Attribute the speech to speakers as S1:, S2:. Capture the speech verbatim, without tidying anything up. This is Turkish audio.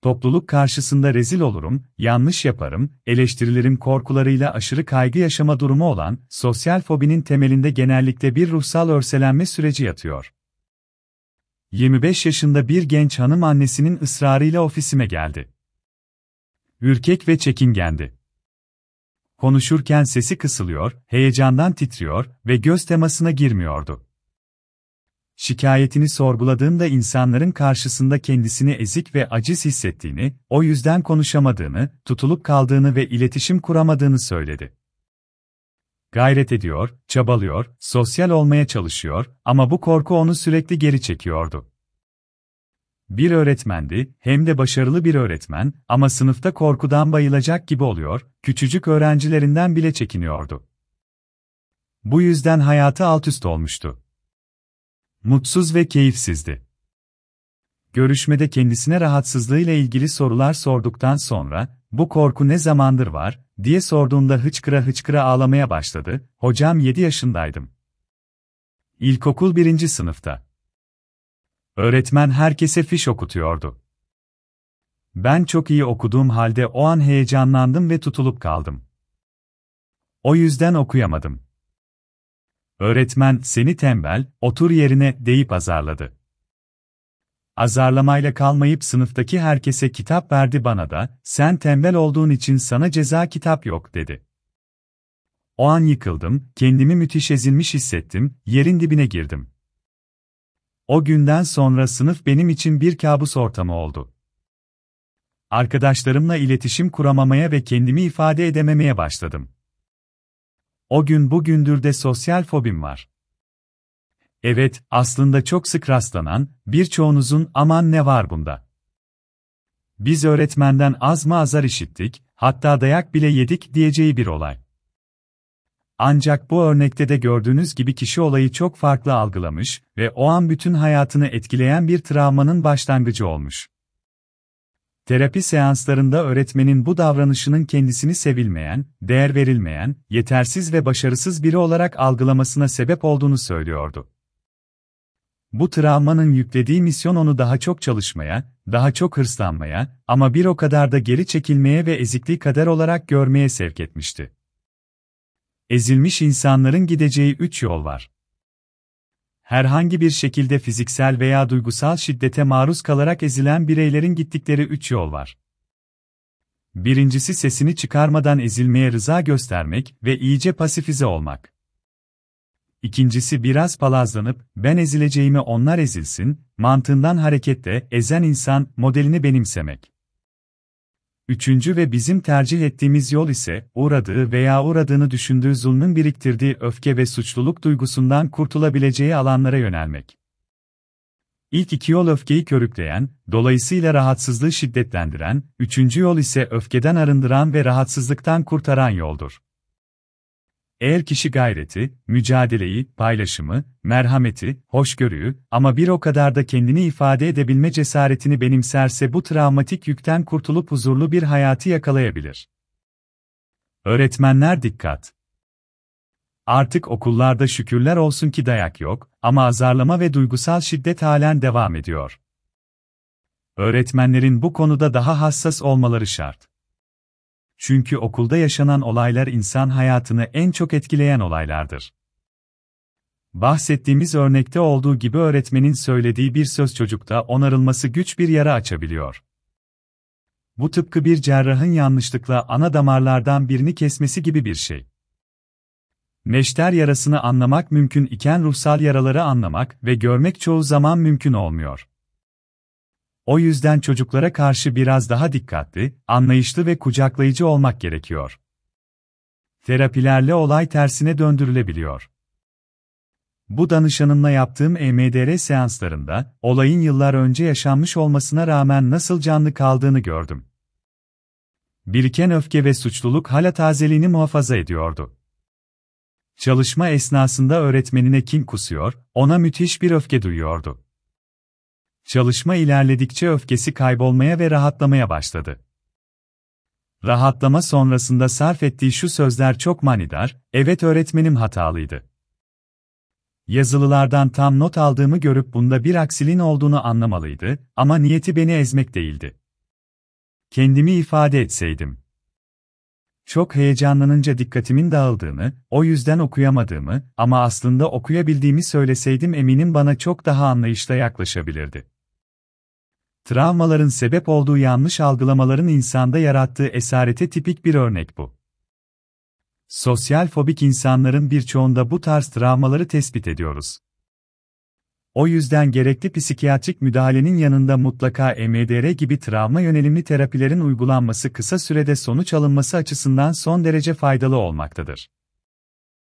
S1: Topluluk karşısında rezil olurum, yanlış yaparım, eleştirilerim korkularıyla aşırı kaygı yaşama durumu olan, sosyal fobinin temelinde genellikle bir ruhsal örselenme süreci yatıyor. yirmi beş yaşında bir genç hanım annesinin ısrarıyla ofisime geldi. Ürkek ve çekingendi. Konuşurken sesi kısılıyor, heyecandan titriyor ve göz temasına girmiyordu. Şikayetini sorguladığımda insanların karşısında kendisini ezik ve aciz hissettiğini, o yüzden konuşamadığını, tutulup kaldığını ve iletişim kuramadığını söyledi. Gayret ediyor, çabalıyor, sosyal olmaya çalışıyor ama bu korku onu sürekli geri çekiyordu. Bir öğretmendi, hem de başarılı bir öğretmen ama sınıfta korkudan bayılacak gibi oluyor, küçücük öğrencilerinden bile çekiniyordu. Bu yüzden hayatı altüst olmuştu. Mutsuz ve keyifsizdi. Görüşmede kendisine rahatsızlığıyla ilgili sorular sorduktan sonra, "Bu korku ne zamandır var?" diye sorduğumda hıçkıra hıçkıra ağlamaya başladı. "Hocam yedi yaşındaydım. İlkokul birinci sınıfta. Öğretmen herkese fiş okutuyordu. Ben çok iyi okuduğum halde o an heyecanlandım ve tutulup kaldım. O yüzden okuyamadım. Öğretmen, seni tembel, otur yerine deyip azarladı. Azarlamayla kalmayıp sınıftaki herkese kitap verdi, bana da, sen tembel olduğun için sana ceza kitap yok dedi. O an yıkıldım, kendimi müthiş ezilmiş hissettim, yerin dibine girdim. O günden sonra sınıf benim için bir kabus ortamı oldu. Arkadaşlarımla iletişim kuramamaya ve kendimi ifade edememeye başladım. O gün bugündür de sosyal fobim var. Evet, aslında çok sık rastlanan, birçoğunuzun "aman ne var bunda? Biz öğretmenden az mı azar işittik, hatta dayak bile yedik" diyeceği bir olay. Ancak bu örnekte de gördüğünüz gibi kişi olayı çok farklı algılamış ve o an bütün hayatını etkileyen bir travmanın başlangıcı olmuş. Terapi seanslarında öğretmenin bu davranışının kendisini sevilmeyen, değer verilmeyen, yetersiz ve başarısız biri olarak algılamasına sebep olduğunu söylüyordu. Bu travmanın yüklediği misyon onu daha çok çalışmaya, daha çok hırslanmaya ama bir o kadar da geri çekilmeye ve ezikliği kader olarak görmeye sevk etmişti. Ezilmiş insanların gideceği üç yol var. Herhangi bir şekilde fiziksel veya duygusal şiddete maruz kalarak ezilen bireylerin gittikleri üç yol var. Birincisi, sesini çıkarmadan ezilmeye rıza göstermek ve iyice pasifize olmak. İkincisi, biraz palazlanıp, ben ezileceğime onlar ezilsin, mantığından hareketle ezen insan modelini benimsemek. Üçüncü ve bizim tercih ettiğimiz yol ise, uğradığı veya uğradığını düşündüğü zulmün biriktirdiği öfke ve suçluluk duygusundan kurtulabileceği alanlara yönelmek. İlk iki yol öfkeyi körükleyen, dolayısıyla rahatsızlığı şiddetlendiren, üçüncü yol ise öfkeden arındıran ve rahatsızlıktan kurtaran yoldur. Eğer kişi gayreti, mücadeleyi, paylaşımı, merhameti, hoşgörüyü ama bir o kadar da kendini ifade edebilme cesaretini benimserse bu travmatik yükten kurtulup huzurlu bir hayatı yakalayabilir. Öğretmenler dikkat! Artık okullarda şükürler olsun ki dayak yok ama azarlama ve duygusal şiddet halen devam ediyor. Öğretmenlerin bu konuda daha hassas olmaları şart. Çünkü okulda yaşanan olaylar insan hayatını en çok etkileyen olaylardır. Bahsettiğimiz örnekte olduğu gibi öğretmenin söylediği bir söz çocukta onarılması güç bir yara açabiliyor. Bu tıpkı bir cerrahın yanlışlıkla ana damarlardan birini kesmesi gibi bir şey. Neşter yarasını anlamak mümkün iken ruhsal yaraları anlamak ve görmek çoğu zaman mümkün olmuyor. O yüzden çocuklara karşı biraz daha dikkatli, anlayışlı ve kucaklayıcı olmak gerekiyor. Terapilerle olay tersine döndürülebiliyor. Bu danışanımla yaptığım E M D R seanslarında, olayın yıllar önce yaşanmış olmasına rağmen nasıl canlı kaldığını gördüm. Biriken öfke ve suçluluk hala tazeliğini muhafaza ediyordu. Çalışma esnasında öğretmenine kin kusuyor, ona müthiş bir öfke duyuyordu. Çalışma ilerledikçe öfkesi kaybolmaya ve rahatlamaya başladı. Rahatlama sonrasında sarf ettiği şu sözler çok manidar, "Evet, öğretmenim hatalıydı. Yazılılardan tam not aldığımı görüp bunda bir aksiliğin olduğunu anlamalıydı ama niyeti beni ezmek değildi. Kendimi ifade etseydim. Çok heyecanlanınca dikkatimin dağıldığını, o yüzden okuyamadığımı ama aslında okuyabildiğimi söyleseydim eminim bana çok daha anlayışla yaklaşabilirdi. Travmaların sebep olduğu yanlış algılamaların insanda yarattığı esarete tipik bir örnek bu. Sosyal fobik insanların birçoğunda bu tarz travmaları tespit ediyoruz. O yüzden gerekli psikiyatrik müdahalenin yanında mutlaka E M D R gibi travma yönelimli terapilerin uygulanması kısa sürede sonuç alınması açısından son derece faydalı olmaktadır.